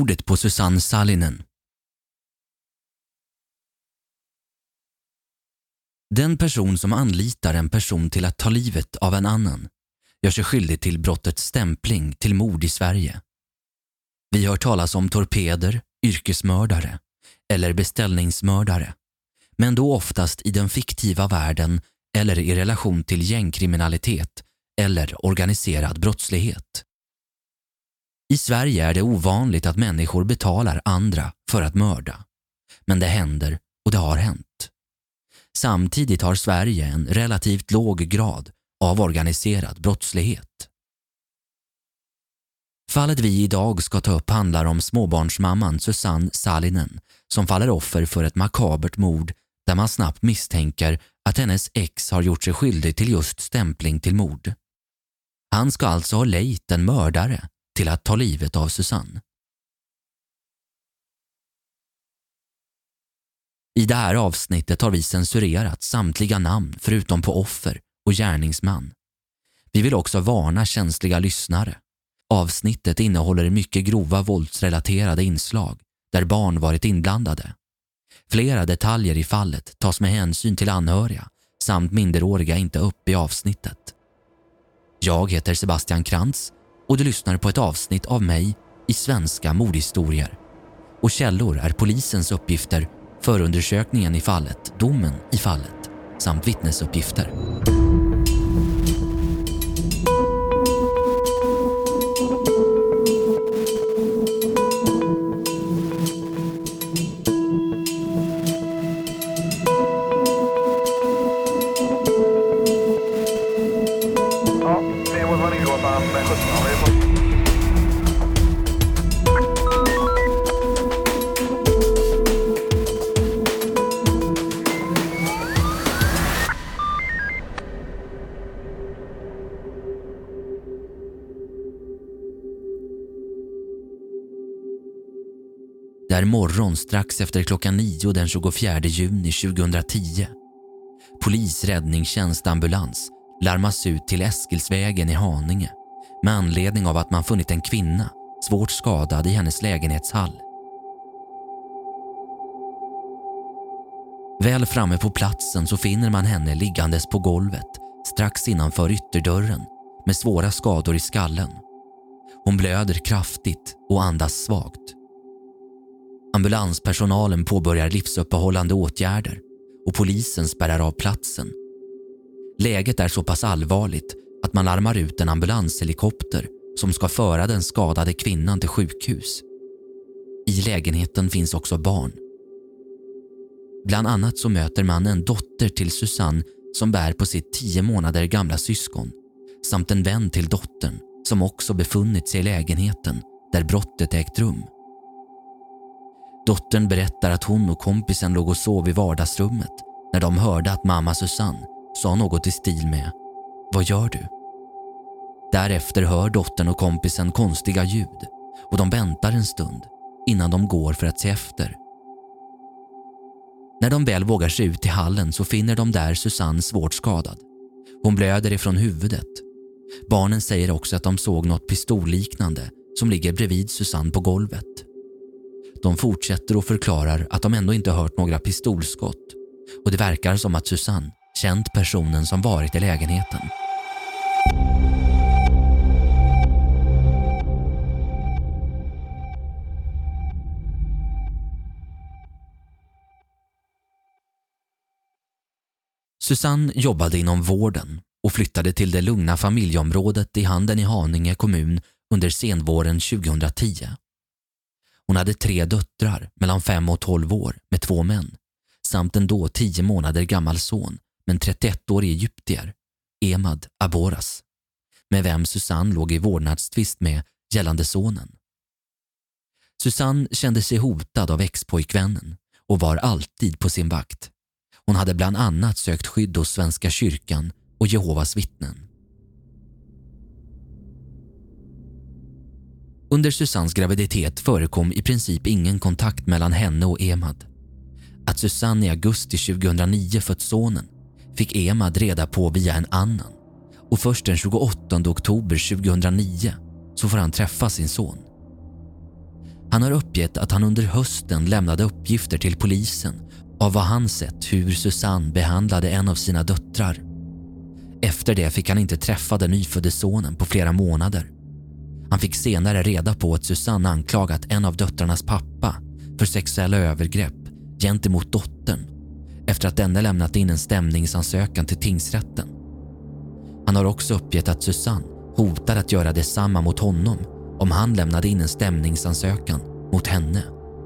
Mordet på Susanne Sallinen. Den person som anlitar en person till att ta livet av en annan gör sig skyldig till brottet stämpling till mord i Sverige. Vi hör talas om torpeder, yrkesmördare eller beställningsmördare, men då oftast i den fiktiva världen eller i relation till gängkriminalitet eller organiserad brottslighet. I Sverige är det ovanligt att människor betalar andra för att mörda, men det händer och det har hänt. Samtidigt har Sverige en relativt låg grad av organiserad brottslighet. Fallet vi idag ska ta upp handlar om småbarnsmamman Susanne Sallinen som faller offer för ett makabert mord där man snabbt misstänker att hennes ex har gjort sig skyldig till just stämpling till mord. Han ska alltså ha lejt en mördare till att ta livet av Susanne. I det här avsnittet har vi censurerat samtliga namn förutom på offer och gärningsman. Vi vill också varna känsliga lyssnare. Avsnittet innehåller mycket grova våldsrelaterade inslag där barn varit inblandade. Flera detaljer i fallet tas med hänsyn till anhöriga samt minderåriga inte upp i avsnittet. Jag heter Sebastian Krantz och du lyssnar på ett avsnitt av mig i Svenska mordhistorier. Och källor är polisens uppgifter, förundersökningen i fallet, domen i fallet samt vittnesuppgifter. Det är morgon strax efter klockan 9 den 24 juni 2010. Polis, räddningstjänst, ambulans larmas ut till Eskilsvägen i Haninge med anledning av att man funnit en kvinna svårt skadad i hennes lägenhetshall. Väl framme på platsen så finner man henne liggandes på golvet strax innanför ytterdörren med svåra skador i skallen. Hon blöder kraftigt och andas svagt. Ambulanspersonalen påbörjar livsuppehållande åtgärder och polisen spärrar av platsen. Läget är så pass allvarligt att man larmar ut en ambulanshelikopter som ska föra den skadade kvinnan till sjukhus. I lägenheten finns också barn. Bland annat så möter man en dotter till Susanne som bär på sitt 10 månader gamla syskon samt en vän till dottern som också befunnit sig i lägenheten där brottet ägt rum. Dottern berättar att hon och kompisen låg och sov i vardagsrummet när de hörde att mamma Susanne sa något i stil med "Vad gör du?". Därefter hör dottern och kompisen konstiga ljud och de väntar en stund innan de går för att se efter. När de väl vågar sig ut i hallen så finner de där Susanne svårt skadad. Hon blöder ifrån huvudet. Barnen säger också att de såg något pistolliknande som ligger bredvid Susanne på golvet. De fortsätter och förklarar att de ändå inte hört några pistolskott och det verkar som att Susanne känt personen som varit i lägenheten. Susanne jobbade inom vården och flyttade till det lugna familjeområdet i Handen i Haninge kommun under senvåren 2010. Hon hade 3 döttrar mellan 5 och 12 år med 2 män samt en då 10 månader gammal son med en 31-årig egyptier, Emad Aboras, med vem Susanne låg i vårdnadstvist med gällande sonen. Susanne kände sig hotad av ex-pojkvännen och var alltid på sin vakt. Hon hade bland annat sökt skydd hos Svenska kyrkan och Jehovas vittnen. Under Susannes graviditet förekom i princip ingen kontakt mellan henne och Emad. Att Susanne i augusti 2009 fött sonen fick Emad reda på via en annan och först den 28 oktober 2009 så får han träffa sin son. Han har uppgett att han under hösten lämnade uppgifter till polisen av vad han sett hur Susanne behandlade en av sina döttrar. Efter det fick han inte träffa den nyfödde sonen på flera månader. Han fick senare reda på att Susanne anklagat en av döttrarnas pappa för sexuella övergrepp gentemot dottern efter att denne lämnat in en stämningsansökan till tingsrätten. Han har också uppgett att Susanne hotade att göra detsamma mot honom om han lämnade in en stämningsansökan mot henne.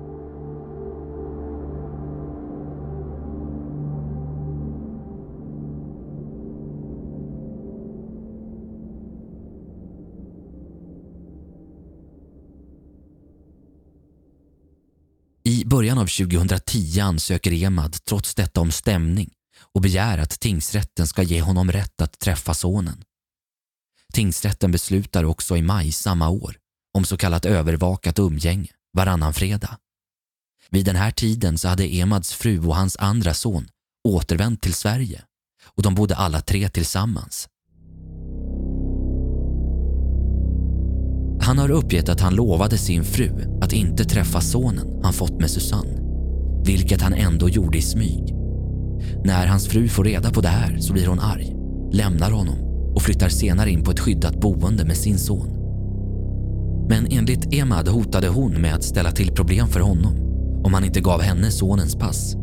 I början av 2010 ansöker Emad trots detta om stämning och begär att tingsrätten ska ge honom rätt att träffa sonen. Tingsrätten beslutar också i maj samma år om så kallat övervakat umgänge varannan fredag. Vid den här tiden så hade Emads fru och hans andra son återvänt till Sverige och de bodde alla tre tillsammans. Han har uppgett att han lovade sin fru att inte träffa sonen han fått med Susanne, vilket han ändå gjorde i smyg. När hans fru får reda på det här så blir hon arg, lämnar honom och flyttar senare in på ett skyddat boende med sin son. Men enligt Emad hotade hon med att ställa till problem för honom om han inte gav henne sonens pass.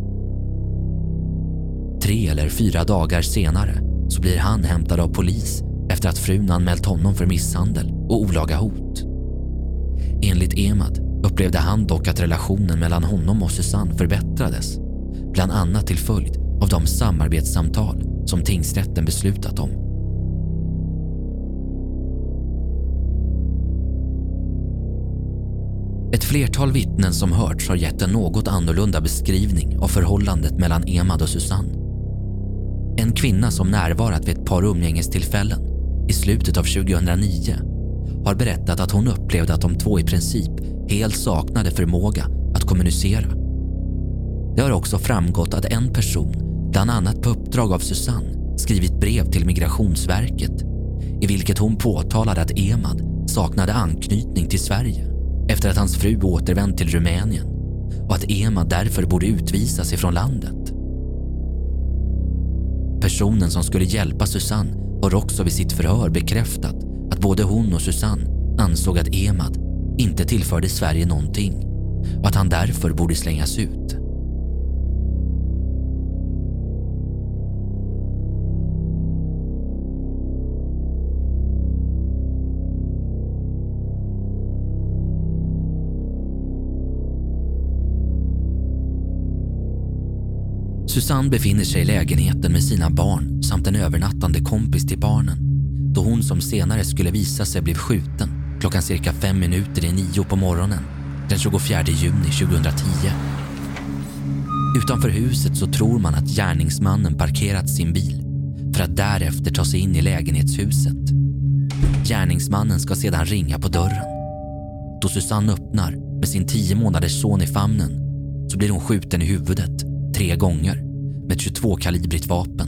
3 eller 4 dagar senare så blir han hämtad av polis efter att frun anmält honom för misshandel och olaga hot. Enligt Emad upplevde han dock att relationen mellan honom och Susanne förbättrades, bland annat till följd av de samarbetssamtal som tingsrätten beslutat om. Ett flertal vittnen som hörts har gett en något annorlunda beskrivning av förhållandet mellan Emad och Susanne. En kvinna som närvarat vid ett par umgängestillfällen i slutet av 2009 har berättat att hon upplevde att de två i princip helt saknade förmåga att kommunicera. Det har också framgått att en person, bland annat på uppdrag av Susanne, skrivit brev till Migrationsverket i vilket hon påtalade att Emad saknade anknytning till Sverige efter att hans fru återvänt till Rumänien och att Emad därför borde utvisas ifrån landet. Personen som skulle hjälpa Susanne har också vid sitt förhör bekräftat att både hon och Susanne ansåg att Emad inte tillförde Sverige någonting och att han därför borde slängas ut. Susanne befinner sig i lägenheten med sina barn samt en övernattande kompis till barnen då hon som senare skulle visa sig blev skjuten klockan cirka 5 minuter i 9 på morgonen den 24 juni 2010. Utanför huset så tror man att gärningsmannen parkerat sin bil för att därefter ta sig in i lägenhetshuset. Gärningsmannen ska sedan ringa på dörren. Då Susanne öppnar med sin 10 månaders son i famnen så blir hon skjuten i huvudet 3 gånger med ett 22-kalibrigt vapen.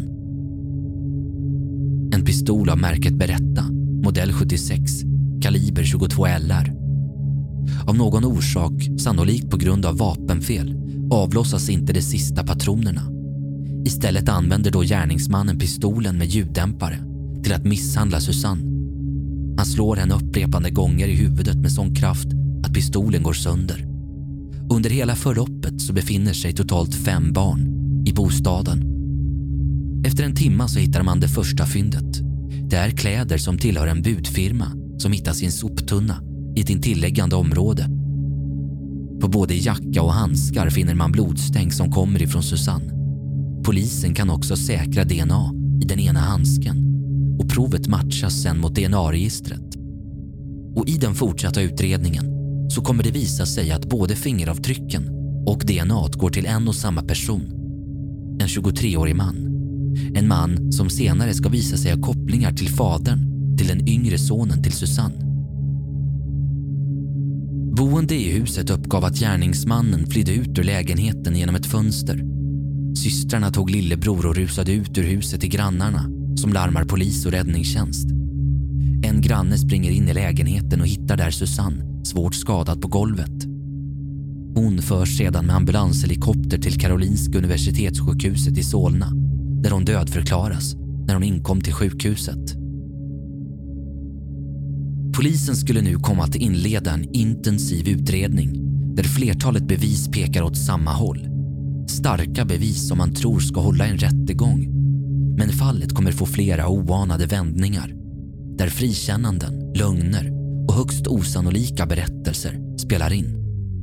En pistol av märket Beretta, modell 76, kaliber 22 LR. Av någon orsak, sannolikt på grund av vapenfel, avlossas inte de sista patronerna. Istället använder då gärningsmannen pistolen med ljuddämpare till att misshandla Susanne. Han slår henne upprepande gånger i huvudet med sån kraft att pistolen går sönder. Under hela förloppet så befinner sig totalt 5 barn i bostaden. Efter en timma så hittar man det första fyndet. Det är kläder som tillhör en budfirma som hittas i en soptunna i ett intilliggande område. På både jacka och handskar finner man blodstänk som kommer ifrån Susanne. Polisen kan också säkra DNA i den ena handsken och provet matchas sen mot DNA-registret. Och i den fortsatta utredningen så kommer det visa sig att både fingeravtrycken och DNA går till en och samma person. En 23-årig man. En man som senare ska visa sig ha kopplingar till fadern till den yngre sonen till Susanne. Boende i huset uppgav att gärningsmannen flydde ut ur lägenheten genom ett fönster. Systrarna tog lillebror och rusade ut ur huset till grannarna som larmar polis och räddningstjänst. En granne springer in i lägenheten och hittar där Susanne svårt skadad på golvet. Hon förs sedan med ambulanshelikopter till Karolinska universitetssjukhuset i Solna, där hon dödförklaras när hon inkom till sjukhuset. Polisen skulle nu komma att inleda en intensiv utredning där flertalet bevis pekar åt samma håll. Starka bevis som man tror ska hålla en rättegång. Men fallet kommer få flera oanade vändningar där frikännanden, lögner och högst osannolika berättelser spelar in.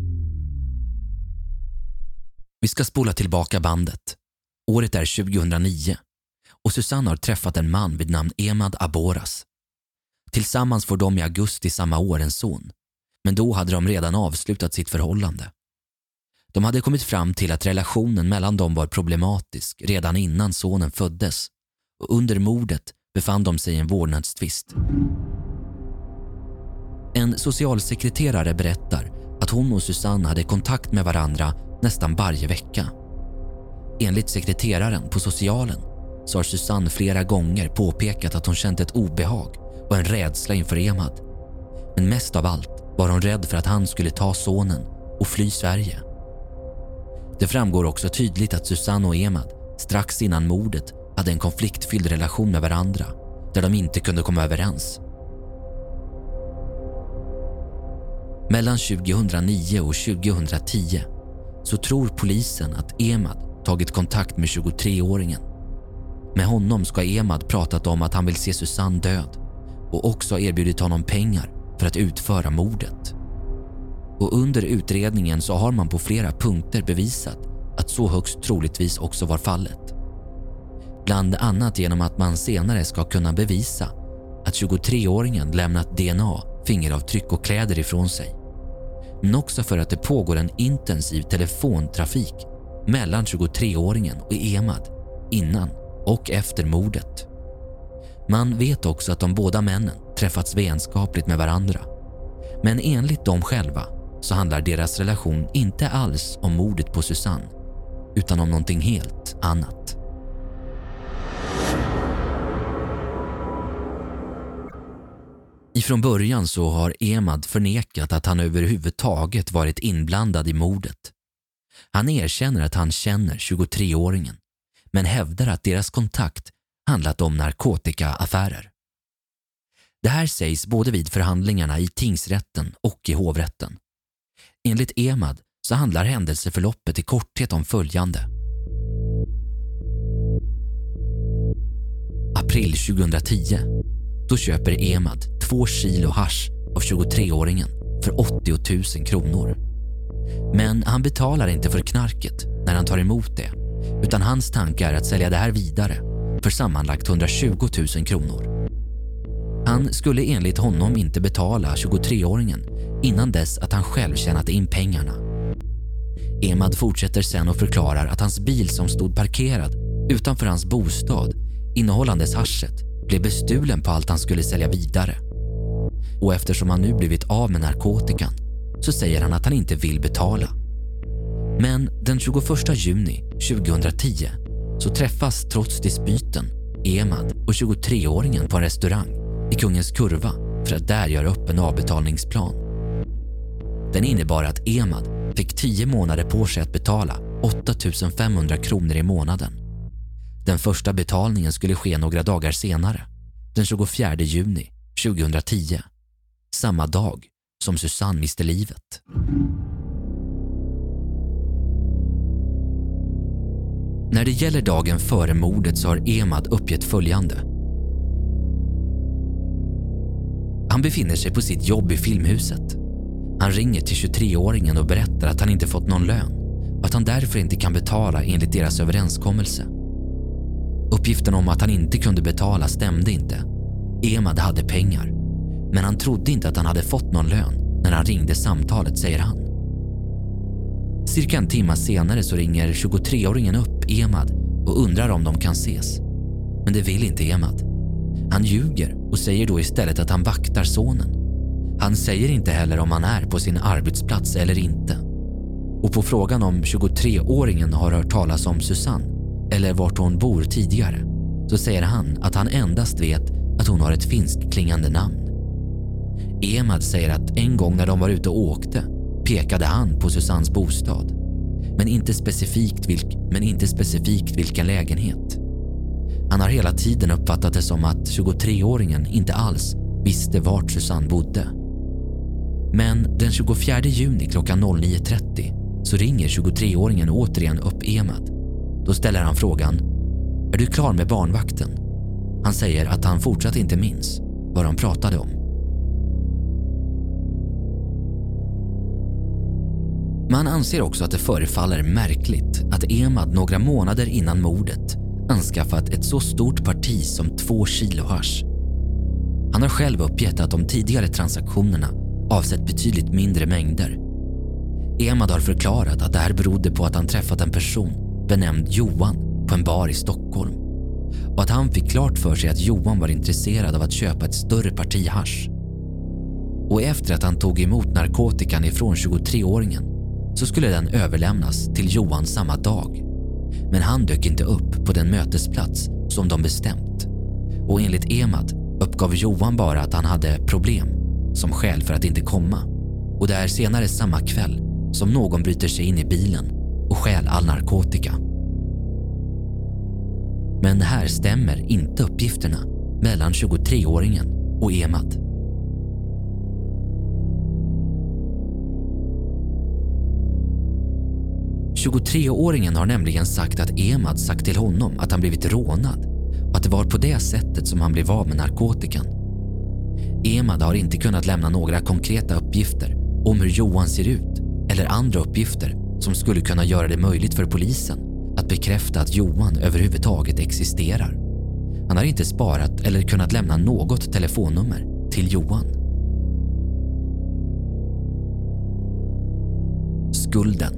Vi ska spola tillbaka bandet. Året är 2009 och Susanne har träffat en man vid namn Emad Aboras. Tillsammans får de i augusti samma år en son, men då hade de redan avslutat sitt förhållande. De hade kommit fram till att relationen mellan dem var problematisk redan innan sonen föddes, och under mordet befann de sig i en vårdnadstvist. En socialsekreterare berättar att hon och Susanne hade kontakt med varandra nästan varje vecka. Enligt sekreteraren på socialen så har Susanne flera gånger påpekat att hon känt ett obehag och en rädsla inför Emad. Men mest av allt var hon rädd för att han skulle ta sonen och fly Sverige. Det framgår också tydligt att Susanne och Emad strax innan mordet hade en konfliktfylld relation med varandra där de inte kunde komma överens. Mellan 2009 och 2010 så tror polisen att Emad tagit kontakt med 23-åringen. Med honom ska Emad pratat om att han vill se Susanne död och också erbjudit honom pengar för att utföra mordet. Och under utredningen så har man på flera punkter bevisat att så högst troligtvis också var fallet. Bland annat genom att man senare ska kunna bevisa att 23-åringen lämnat DNA, fingeravtryck och kläder ifrån sig. Men också för att det pågår en intensiv telefontrafik mellan 23-åringen och Emad innan och efter mordet. Man vet också att de båda männen träffats vänskapligt med varandra. Men enligt dem själva så handlar deras relation inte alls om mordet på Susanne utan om någonting helt annat. Ifrån början så har Emad förnekat att han överhuvudtaget varit inblandad i mordet. Han erkänner att han känner 23-åringen men hävdar att deras kontakt handlat om narkotikaaffärer. Det här sägs både vid förhandlingarna i tingsrätten och i hovrätten. Enligt Emad så handlar händelseförloppet i korthet om följande. April 2010. Då köper Emad 2 kilo hasch av 23-åringen för 80 000 kronor. Men han betalar inte för knarket när han tar emot det, utan hans tanke är att sälja det här vidare för sammanlagt 120 000 kronor. Han skulle enligt honom inte betala 23-åringen innan dess att han själv tjänat in pengarna. Emad fortsätter sen och förklarar att hans bil som stod parkerad utanför hans bostad innehållandes haschet blev bestulen på allt han skulle sälja vidare. Och eftersom han nu blivit av med narkotikan så säger han att han inte vill betala. Men den 21 juni 2010 så träffas trots dispyten Emad och 23-åringen på en restaurang i Kungens Kurva för att där göra upp en avbetalningsplan. Den innebar att Emad fick 10 månader på sig att betala 8 500 kronor i månaden. Den första betalningen skulle ske några dagar senare, den 24 juni 2010, samma dag som Susanne miste livet. När det gäller dagen före mordet så har Emad uppgett följande. Han befinner sig på sitt jobb i Filmhuset. Han ringer till 23-åringen och berättar att han inte fått någon lön och att han därför inte kan betala enligt deras överenskommelse. Uppgiften om att han inte kunde betala stämde inte. Emad hade pengar, men han trodde inte att han hade fått någon lön när han ringde samtalet, säger han. Cirka en timme senare så ringer 23-åringen upp Emad och undrar om de kan ses. Men det vill inte Emad. Han ljuger och säger då istället att han vaktar sonen. Han säger inte heller om han är på sin arbetsplats eller inte. Och på frågan om 23-åringen har hört talas om Susanne eller vart hon bor tidigare så säger han att han endast vet att hon har ett finskt klingande namn. Emad säger att en gång när de var ute och åkte pekade han på Susannes bostad, men inte specifikt vilken lägenhet. Han har hela tiden uppfattat det som att 23-åringen inte alls visste vart Susanne bodde. Men den 24 juni klockan 09.30 så ringer 23-åringen återigen upp Emad. Då ställer han frågan: "Är du klar med barnvakten?" Han säger att han fortsatt inte minns vad de pratade om. Man anser också att det förefaller märkligt att Emad några månader innan mordet anskaffat ett så stort parti som 2 kilo hasch. Han har själv uppgett att de tidigare transaktionerna avsett betydligt mindre mängder. Emad har förklarat att det här berodde på att han träffat en person benämnd Johan på en bar i Stockholm och att han fick klart för sig att Johan var intresserad av att köpa ett större parti hasch. Och efter att han tog emot narkotikan ifrån 23-åringen så skulle den överlämnas till Johan samma dag. Men han dök inte upp på den mötesplats som de bestämt. Och enligt Emad uppgav Johan bara att han hade problem som skäl för att inte komma. Och det är senare samma kväll som någon bryter sig in i bilen och stjäl all narkotika. Men här stämmer inte uppgifterna mellan 23-åringen och Emad. –23-åringen har nämligen sagt att Emad sagt till honom att han blivit rånad och att det var på det sättet som han blev av med narkotikan. Emad har inte kunnat lämna några konkreta uppgifter om hur Johan ser ut eller andra uppgifter som skulle kunna göra det möjligt för polisen att bekräfta att Johan överhuvudtaget existerar. Han har inte sparat eller kunnat lämna något telefonnummer till Johan. Skulden.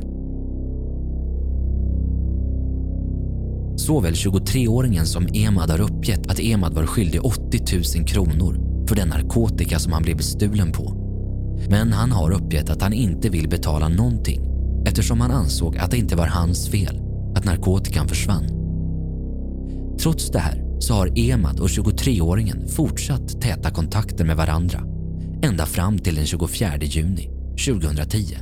Såväl 23-åringen som Emad har uppgett att Emad var skyldig 80 000 kronor för den narkotika som han blev bestulen på. Men han har uppgett att han inte vill betala någonting eftersom han ansåg att det inte var hans fel att narkotikan försvann. Trots det här så har Emad och 23-åringen fortsatt täta kontakter med varandra ända fram till den 24 juni 2010.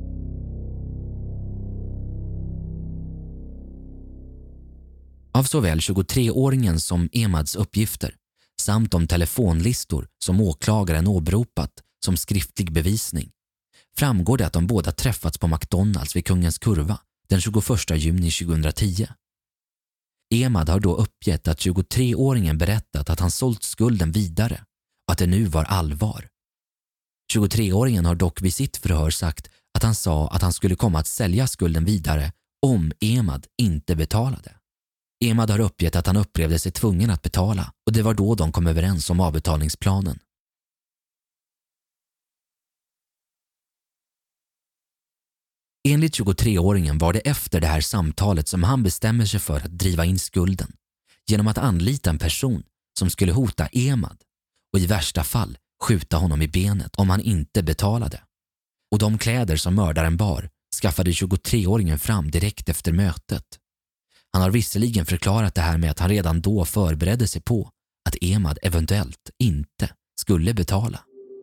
Av såväl 23-åringen som Emads uppgifter samt de telefonlistor som åklagaren åberopat som skriftlig bevisning framgår det att de båda träffats på McDonalds vid Kungens Kurva den 21 juni 2010. Emad har då uppgett att 23-åringen berättat att han sålt skulden vidare och att det nu var allvar. 23-åringen har dock vid sitt förhör sagt att han sa att han skulle komma att sälja skulden vidare om Emad inte betalade. Emad har uppgett att han upplevde sig tvungen att betala och det var då de kom överens om avbetalningsplanen. Enligt 23-åringen var det efter det här samtalet som han bestämmer sig för att driva in skulden genom att anlita en person som skulle hota Emad och i värsta fall skjuta honom i benet om han inte betalade. Och de kläder som mördaren bar skaffade 23-åringen fram direkt efter mötet. Han har visserligen förklarat det här med att han redan då förberedde sig på att Emad eventuellt inte skulle betala.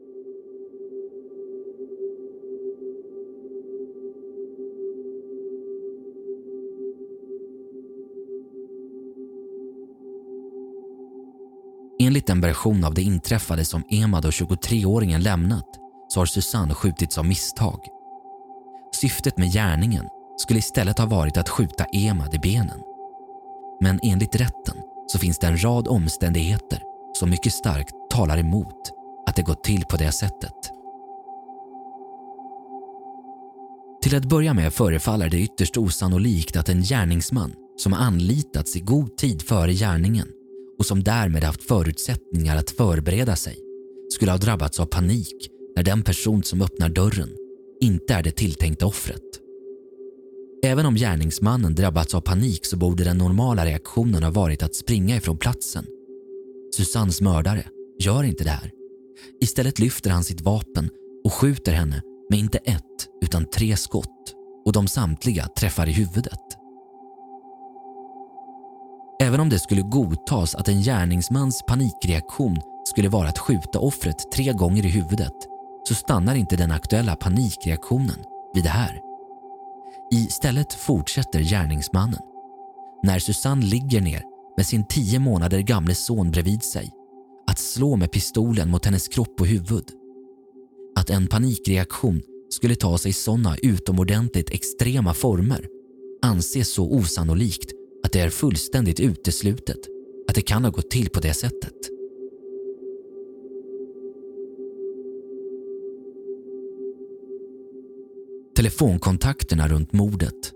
Enligt en version av det inträffade som Emad och 23-åringen lämnat så har Susanne skjutits av misstag. Syftet med gärningen skulle istället ha varit att skjuta Emad i benen. Men enligt rätten så finns det en rad omständigheter som mycket starkt talar emot att det gått till på det sättet. Till att börja med förefaller det ytterst osannolikt att en gärningsman som anlitats i god tid före gärningen och som därmed haft förutsättningar att förbereda sig skulle ha drabbats av panik när den person som öppnar dörren inte är det tilltänkta offret. Även om gärningsmannen drabbats av panik så borde den normala reaktionen ha varit att springa ifrån platsen. Susannes mördare gör inte det här. Istället lyfter han sitt vapen och skjuter henne med inte 1 utan 3 skott och de samtliga träffar i huvudet. Även om det skulle godtas att en gärningsmans panikreaktion skulle vara att skjuta offret 3 gånger i huvudet så stannar inte den aktuella panikreaktionen vid det här. Istället fortsätter gärningsmannen. När Susanne ligger ner med sin 10 månader gamle son bredvid sig, att slå med pistolen mot hennes kropp och huvud. Att en panikreaktion skulle ta sig sådana utomordentligt extrema former anses så osannolikt att det är fullständigt uteslutet att det kan ha gått till på det sättet. Telefonkontakterna runt mordet.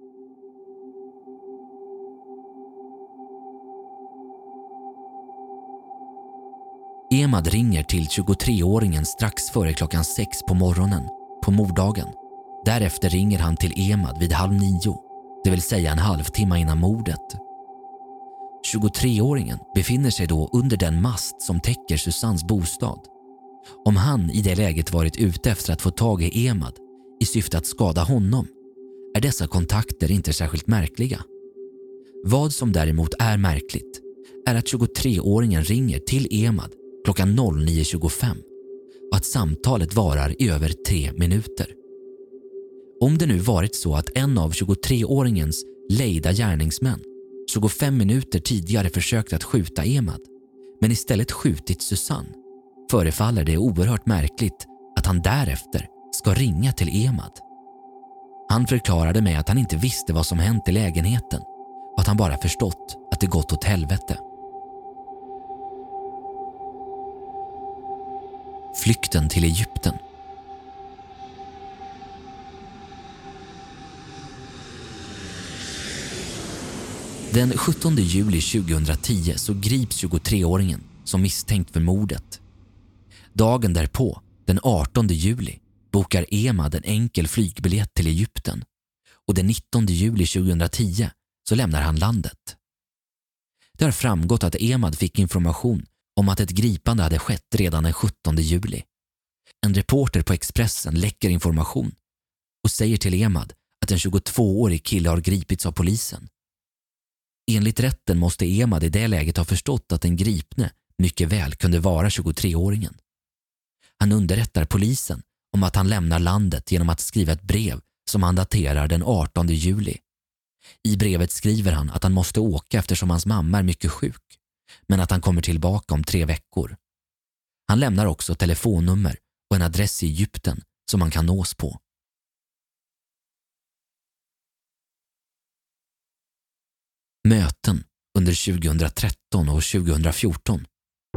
Emad ringer till 23-åringen strax före klockan 6 på morgonen på morddagen. Därefter ringer han till Emad vid 8:30, det vill säga en halvtimme innan mordet. 23-åringen befinner sig då under den mast som täcker Susannes bostad. Om han i det läget varit ute efter att få tag i Emad i syfte att skada honom är dessa kontakter inte särskilt märkliga. Vad som däremot är märkligt är att 23-åringen ringer till Emad klockan 09:25 och att samtalet varar i över 3 minuter. Om det nu varit så att en av 23-åringens lejda gärningsmän 25 minuter tidigare försökt att skjuta Emad men istället skjutit Susanne, förefaller det oerhört märkligt att han därefter ska ringa till Emad. Han förklarade mig att han inte visste vad som hänt i lägenheten och att han bara förstått att det gått åt helvete. Flykten till Egypten. Den 17 juli 2010 så grips 23-åringen som misstänkt för mordet. Dagen därpå, den 18 juli, bokar Emad en enkel flygbiljett till Egypten och den 19 juli 2010 så lämnar han landet. Det har framgått att Emad fick information om att ett gripande hade skett redan den 17 juli. En reporter på Expressen läcker information och säger till Emad att en 22-årig kille har gripits av polisen. Enligt rätten måste Emad i det läget ha förstått att den gripne mycket väl kunde vara 23-åringen. Han underrättar polisen om att han lämnar landet genom att skriva ett brev som han daterar den 18 juli. I brevet skriver han att han måste åka eftersom hans mamma är mycket sjuk, men att han kommer tillbaka om 3 veckor. Han lämnar också telefonnummer och en adress i Egypten som man kan nås på. Möten under 2013 och 2014.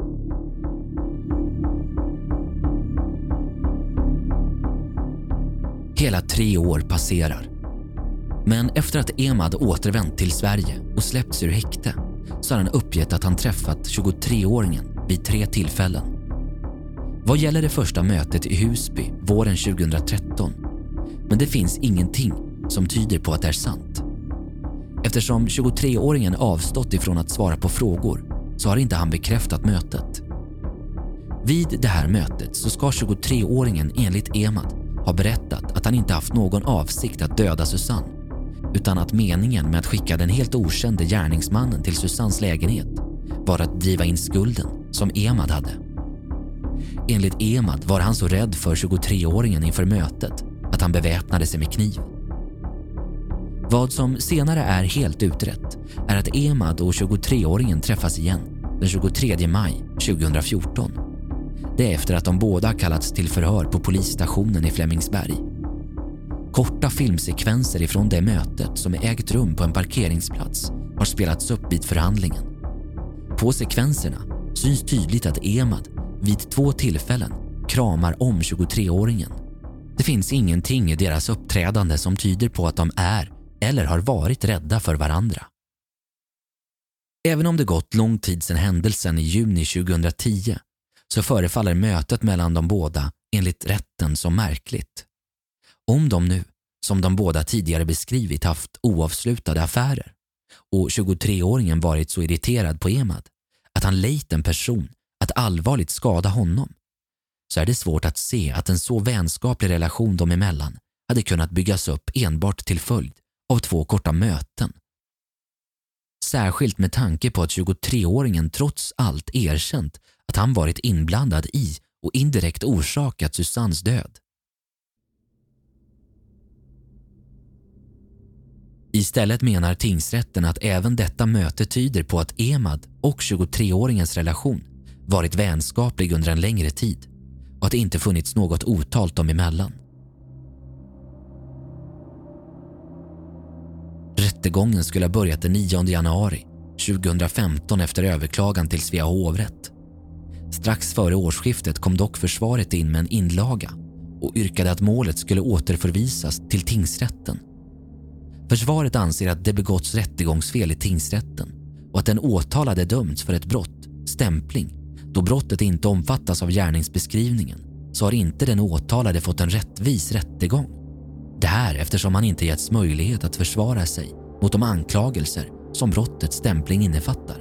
Hela 3 år passerar. Men efter att Emad återvänt till Sverige och släppts ur häkte så har han uppgett att han träffat 23-åringen vid 3 tillfällen. Vad gäller det första mötet i Husby våren 2013, men det finns ingenting som tyder på att det är sant. Eftersom 23-åringen avstått ifrån att svara på frågor så har inte han bekräftat mötet. Vid det här mötet så ska 23-åringen enligt Emad ha berättat att han inte haft någon avsikt att döda Susanne, utan att meningen med att skicka den helt okände gärningsmannen till Susannes lägenhet var att driva in skulden som Emad hade. Enligt Emad var han så rädd för 23-åringen inför mötet att han beväpnade sig med kniv. Vad som senare är helt utrett är att Emad och 23-åringen träffas igen den 23 maj 2014. Det är efter att de båda kallats till förhör på polisstationen i Flemingsberg. Korta filmsekvenser ifrån det mötet som ägt rum på en parkeringsplats har spelats upp vid förhandlingen. På sekvenserna syns tydligt att Emad vid 2 tillfällen kramar om 23-åringen. Det finns ingenting i deras uppträdande som tyder på att de är eller har varit rädda för varandra. Även om det gått lång tid sedan händelsen i juni 2010 så förefaller mötet mellan de båda enligt rätten som märkligt. Om de nu, som de båda tidigare beskrivit, haft oavslutade affärer och 23-åringen varit så irriterad på Emad att han lejt en person att allvarligt skada honom, så är det svårt att se att en så vänskaplig relation dem emellan hade kunnat byggas upp enbart till följd av 2 korta möten. Särskilt med tanke på att 23-åringen trots allt erkänt att han varit inblandad i och indirekt orsakat Susannes död. Istället menar tingsrätten att även detta möte tyder på att Emad och 23-åringens relation varit vänskaplig under en längre tid och att det inte funnits något otalt dem emellan. Rättegången skulle ha börjat den 9 januari 2015 efter överklagan till Svea hovrätt. Strax före årsskiftet kom dock försvaret in med en inlaga och yrkade att målet skulle återförvisas till tingsrätten. Försvaret anser att det begåtts rättegångsfel i tingsrätten och att den åtalade dömts för ett brott, stämpling. Då brottet inte omfattas av gärningsbeskrivningen så har inte den åtalade fått en rättvis rättegång. Det här eftersom han inte getts möjlighet att försvara sig mot de anklagelser som brottets stämpling innefattar.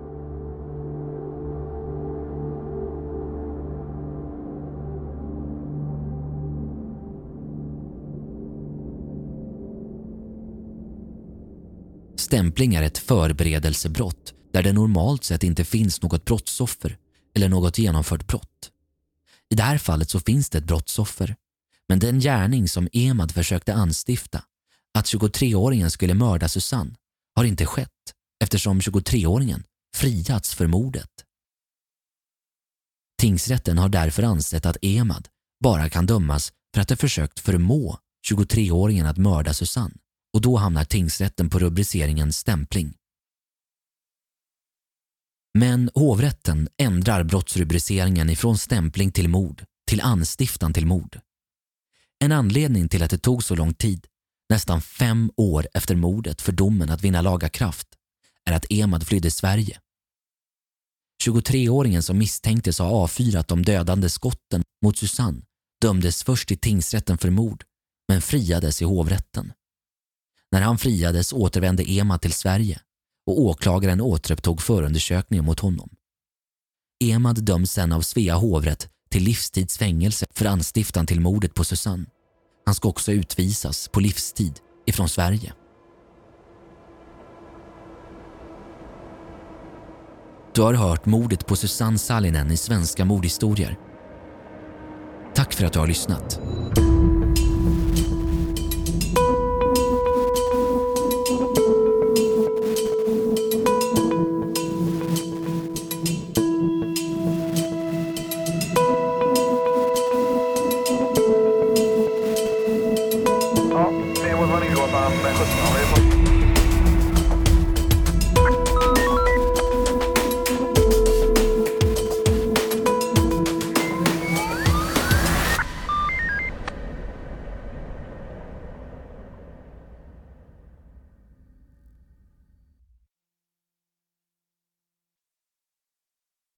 Stämpling är ett förberedelsebrott där det normalt sett inte finns något brottsoffer eller något genomfört brott. I det här fallet så finns det ett brottsoffer, men den gärning som Emad försökte anstifta, att 23-åringen skulle mörda Susanne, har inte skett eftersom 23-åringen friats för mordet. Tingsrätten har därför ansett att Emad bara kan dömas för att ha försökt förmå 23-åringen att mörda Susanne, och då hamnar tingsrätten på rubriceringen stämpling. Men hovrätten ändrar brottsrubriceringen ifrån stämpling till mord till anstiftan till mord. En anledning till att det tog så lång tid, nästan 5 år efter mordet för domen att vinna laga kraft, är att Emad flydde Sverige. 23-åringen som misstänktes ha avfyrat de dödande skotten mot Susanne dömdes först i tingsrätten för mord, men friades i hovrätten. När han friades återvände Emad till Sverige och åklagaren återupptog förundersökningen mot honom. Emad döms sen av Svea hovrätt till livstidsfängelse för anstiftan till mordet på Susanne. Han ska också utvisas på livstid ifrån Sverige. Du har hört mordet på Susanne Sallinen i Svenska mordhistorier. Tack för att du har lyssnat. Ja, det var vad ni då, men 17 har vi fått